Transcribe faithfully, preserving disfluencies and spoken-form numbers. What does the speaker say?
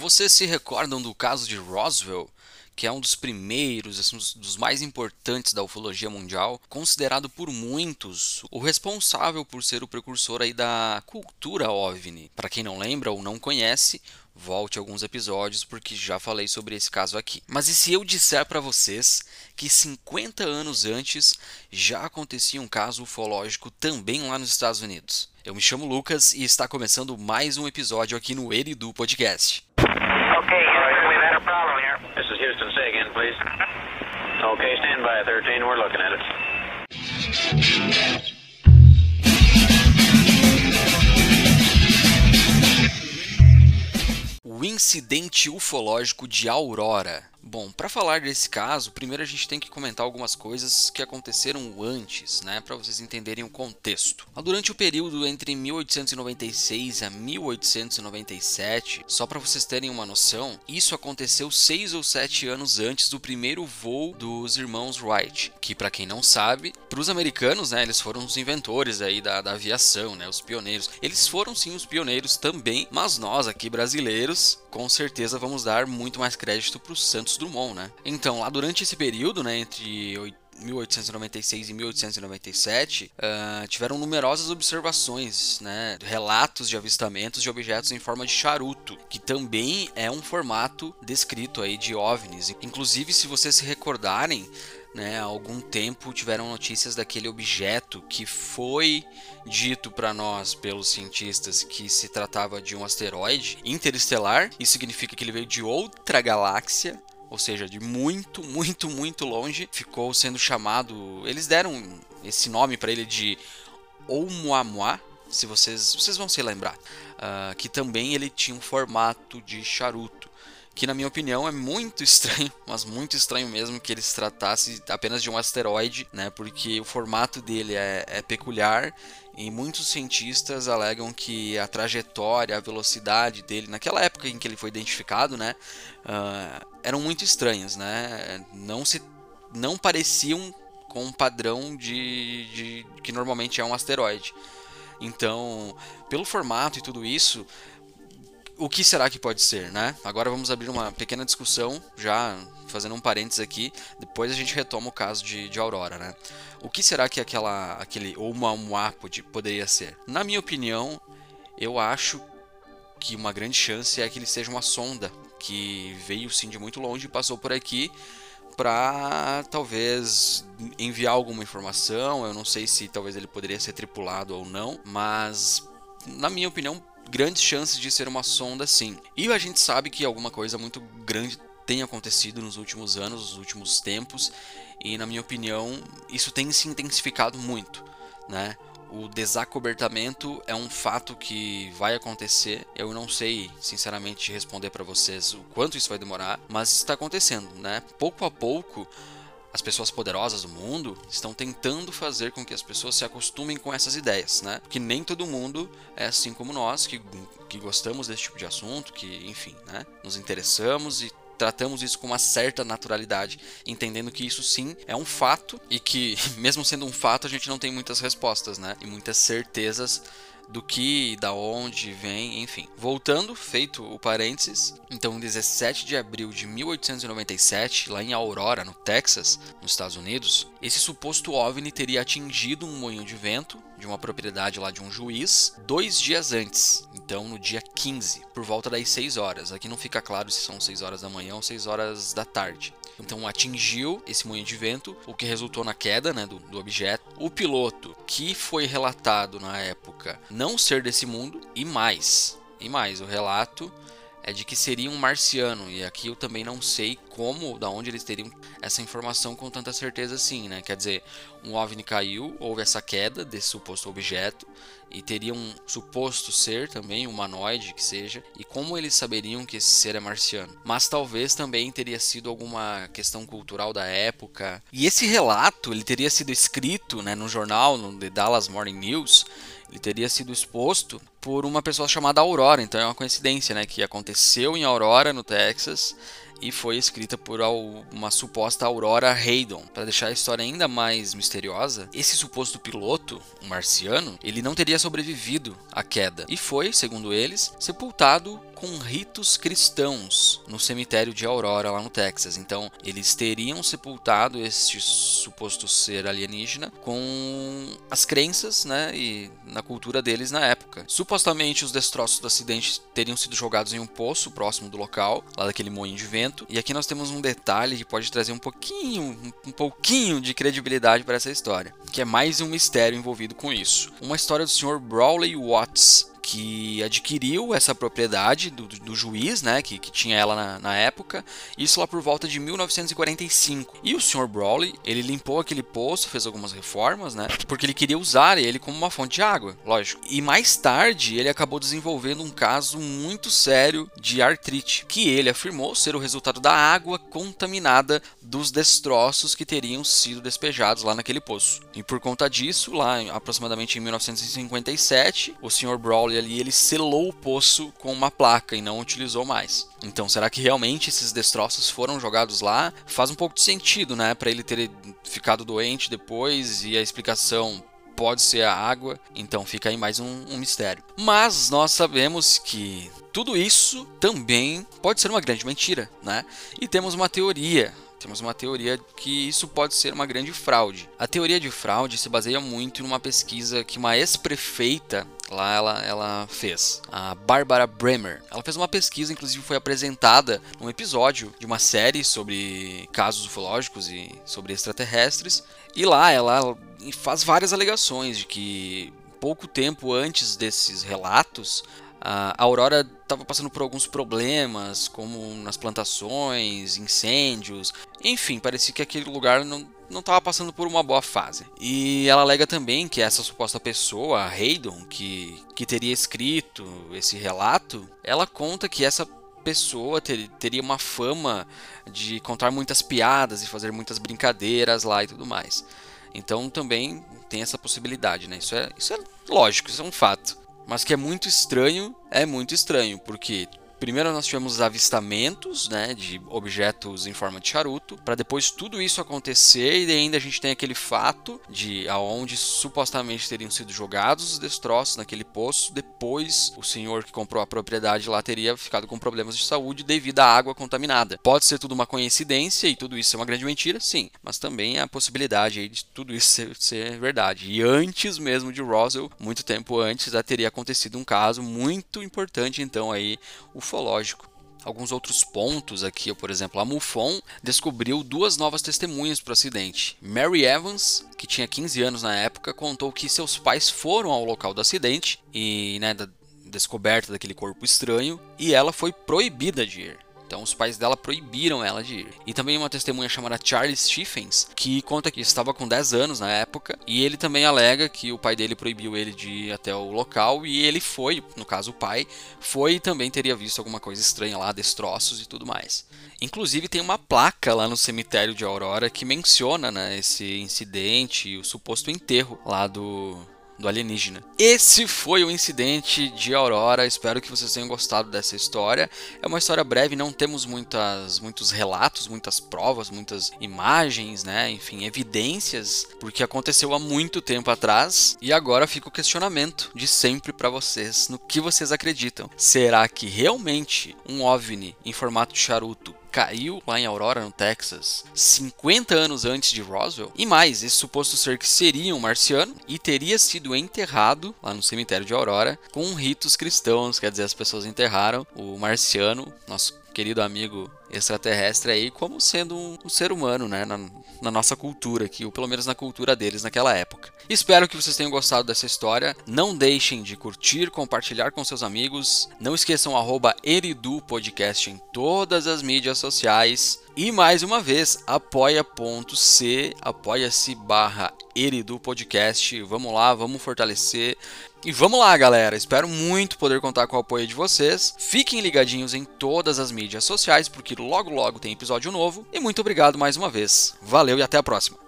Vocês se recordam do caso de Roswell, que é um dos primeiros, assim, um dos mais importantes da ufologia mundial, considerado por muitos o responsável por ser o precursor aí da cultura OVNI. Para quem não lembra ou não conhece, volte alguns episódios porque já falei sobre esse caso aqui. Mas e se eu disser para vocês que cinquenta anos antes já acontecia um caso ufológico também lá nos Estados Unidos? Eu me chamo Lucas e está começando mais um episódio aqui no Eridu Podcast. Okay, Houston, we've had a problem here. This is Houston. Say again, please. Okay, stand by, thirteen. We're looking at it. O incidente ufológico de Aurora. Bom, para falar desse caso, primeiro a gente tem que comentar algumas coisas que aconteceram antes, né, para vocês entenderem o contexto. Durante o período entre mil oitocentos e noventa e seis a mil oitocentos e noventa e sete, só para vocês terem uma noção, isso aconteceu seis ou sete anos antes do primeiro voo dos irmãos Wright, que para quem não sabe, para os americanos, né, eles foram os inventores aí da, da aviação, né, os pioneiros. Eles foram sim os pioneiros também, mas nós aqui brasileiros, com certeza vamos dar muito mais crédito para o Santos Dumont, né? Então, lá durante esse período, né, entre mil oitocentos e noventa e seis e mil oitocentos e noventa e sete, uh, tiveram numerosas observações, né, relatos de avistamentos de objetos em forma de charuto, que também é um formato descrito aí de OVNIs. Inclusive, se vocês se recordarem, né, há algum tempo tiveram notícias daquele objeto que foi dito para nós pelos cientistas que se tratava de um asteroide interestelar. Isso significa que ele veio de outra galáxia, ou seja, de muito, muito, muito longe. Ficou sendo chamado, eles deram esse nome para ele de Oumuamua, se vocês, vocês vão se lembrar, uh, que também ele tinha um formato de charuto, que na minha opinião é muito estranho, mas muito estranho mesmo que ele se tratasse apenas de um asteroide, né? Porque o formato dele é, é peculiar e muitos cientistas alegam que a trajetória, a velocidade dele, naquela época em que ele foi identificado, né, uh, eram muito estranhas, né? Não se, não pareciam com um padrão de, de que normalmente é um asteroide. Então, pelo formato e tudo isso, o que será que pode ser, né? Agora vamos abrir uma pequena discussão, já fazendo um parênteses aqui, depois a gente retoma o caso de, de Aurora, né? O que será que aquela, aquele Oumuamua poderia ser? Na minha opinião, eu acho que uma grande chance é que ele seja uma sonda que veio sim de muito longe e passou por aqui para talvez enviar alguma informação. Eu não sei se talvez ele poderia ser tripulado ou não, mas na minha opinião, grandes chances de ser uma sonda sim. E a gente sabe que alguma coisa muito grande tem acontecido nos últimos anos, nos últimos tempos, e na minha opinião isso tem se intensificado muito, né? O desacobertamento é um fato que vai acontecer. Eu não sei, sinceramente, responder para vocês o quanto isso vai demorar, mas está acontecendo, né? Pouco a pouco, as pessoas poderosas do mundo estão tentando fazer com que as pessoas se acostumem com essas ideias, né? Porque nem todo mundo é assim como nós, que, que gostamos desse tipo de assunto, que, enfim, né, nos interessamos e tratamos isso com uma certa naturalidade, entendendo que isso sim é um fato e que, mesmo sendo um fato, a gente não tem muitas respostas, né? E muitas certezas do que, da onde vem, enfim. Voltando, feito o parênteses, então em dezessete de abril de mil oitocentos e noventa e sete, lá em Aurora, no Texas, nos Estados Unidos, esse suposto OVNI teria atingido um moinho de vento de uma propriedade lá de um juiz dois dias antes, então no dia quinze, por volta das seis horas. Aqui não fica claro se são seis horas da manhã ou seis horas da tarde. Então atingiu esse moinho de vento, o que resultou na queda, né, do, do objeto. O piloto, que foi relatado na época não ser desse mundo, e mais, e mais, o relato é de que seria um marciano, e aqui eu também não sei como, da onde eles teriam essa informação com tanta certeza assim, né? Quer dizer, um OVNI caiu, houve essa queda desse suposto objeto, e teria um suposto ser também, um humanoide que seja, e como eles saberiam que esse ser é marciano? Mas talvez também teria sido alguma questão cultural da época. E esse relato, ele teria sido escrito, né, no jornal, no The Dallas Morning News, ele teria sido exposto por uma pessoa chamada Aurora. Então é uma coincidência, né, que aconteceu em Aurora, no Texas, e foi escrita por uma suposta Aurora Haydon. Para deixar a história ainda mais misteriosa, esse suposto piloto, um marciano, ele não teria sobrevivido à queda e foi, segundo eles, sepultado com ritos cristãos no cemitério de Aurora, lá no Texas. Então, eles teriam sepultado este suposto ser alienígena com as crenças, né, e na cultura deles na época. Supostamente, os destroços do acidente teriam sido jogados em um poço próximo do local, lá daquele moinho de vento. E aqui nós temos um detalhe que pode trazer um pouquinho, um pouquinho de credibilidade para essa história, que é mais um mistério envolvido com isso. Uma história do senhor Brawley Watts, que adquiriu essa propriedade do, do, do juiz, né, que, que tinha ela na, na época, isso lá por volta de mil novecentos e quarenta e cinco. E o senhor Brawley, ele limpou aquele poço, fez algumas reformas, né, porque ele queria usar ele como uma fonte de água, lógico. E mais tarde, ele acabou desenvolvendo um caso muito sério de artrite, que ele afirmou ser o resultado da água contaminada dos destroços que teriam sido despejados lá naquele poço. E por conta disso, lá aproximadamente em mil novecentos e cinquenta e sete, o senhor Brawley ali, ele selou o poço com uma placa e não utilizou mais. Então, será que realmente esses destroços foram jogados lá? Faz um pouco de sentido, né, para ele ter ficado doente depois, e a explicação pode ser a água. Então fica aí mais um, um mistério. Mas nós sabemos que tudo isso também pode ser uma grande mentira, né? E temos uma teoria. Temos uma teoria que isso pode ser uma grande fraude. A teoria de fraude se baseia muito numa pesquisa que uma ex-prefeita lá ela, ela fez, a Barbara Bremer. Ela fez uma pesquisa, inclusive foi apresentada num episódio de uma série sobre casos ufológicos e sobre extraterrestres. E lá ela faz várias alegações de que pouco tempo antes desses relatos, a Aurora estava passando por alguns problemas, como nas plantações, incêndios, enfim, parecia que aquele lugar não não estava passando por uma boa fase. E ela alega também que essa suposta pessoa, a Haydon, que, que teria escrito esse relato, ela conta que essa pessoa ter, teria uma fama de contar muitas piadas e fazer muitas brincadeiras lá e tudo mais. Então também tem essa possibilidade, né? Isso é, isso é lógico, isso é um fato. Mas que é muito estranho, é muito estranho, porque primeiro nós tivemos avistamentos, né, de objetos em forma de charuto, para depois tudo isso acontecer e ainda a gente tem aquele fato de aonde supostamente teriam sido jogados os destroços naquele poço. Depois o senhor que comprou a propriedade lá teria ficado com problemas de saúde devido à água contaminada. Pode ser tudo uma coincidência e tudo isso é uma grande mentira? Sim, mas também há a possibilidade aí de tudo isso ser, ser verdade. E antes mesmo de Roswell, muito tempo antes, já teria acontecido um caso muito importante, então aí o ufológico. Alguns outros pontos aqui, por exemplo, a MUFON descobriu duas novas testemunhas para o acidente. Mary Evans, que tinha quinze anos na época, contou que seus pais foram ao local do acidente e, né, da descoberta daquele corpo estranho, e ela foi proibida de ir. Então os pais dela proibiram ela de ir. E também uma testemunha chamada Charles Stephens, que conta que estava com dez anos na época, e ele também alega que o pai dele proibiu ele de ir até o local, e ele foi, no caso o pai, foi e também teria visto alguma coisa estranha lá, destroços e tudo mais. Inclusive tem uma placa lá no cemitério de Aurora que menciona, né, esse incidente e o suposto enterro lá do... do alienígena. Esse foi o incidente de Aurora. Espero que vocês tenham gostado dessa história. É uma história breve, não temos muitas, muitos relatos, muitas provas, muitas imagens, né? Enfim, evidências, porque aconteceu há muito tempo atrás. E agora fica o questionamento de sempre para vocês, no que vocês acreditam. Será que realmente um OVNI em formato de charuto caiu lá em Aurora, no Texas, cinquenta anos antes de Roswell? E mais, esse suposto ser que seria um marciano e teria sido enterrado lá no cemitério de Aurora com ritos cristãos, quer dizer, as pessoas enterraram o marciano, nosso querido amigo extraterrestre aí, como sendo um, um ser humano, né, na, na nossa cultura aqui, ou pelo menos na cultura deles naquela época. Espero que vocês tenham gostado dessa história. Não deixem de curtir, compartilhar com seus amigos. Não esqueçam arroba Eridu Podcast em todas as mídias sociais. E mais uma vez, apoia.c, apoia-se barra Eridu Podcast. Vamos lá, vamos fortalecer. E vamos lá, galera. Espero muito poder contar com o apoio de vocês. Fiquem ligadinhos em todas as mídias sociais, porque logo logo tem episódio novo. E muito obrigado mais uma vez. Valeu e até a próxima.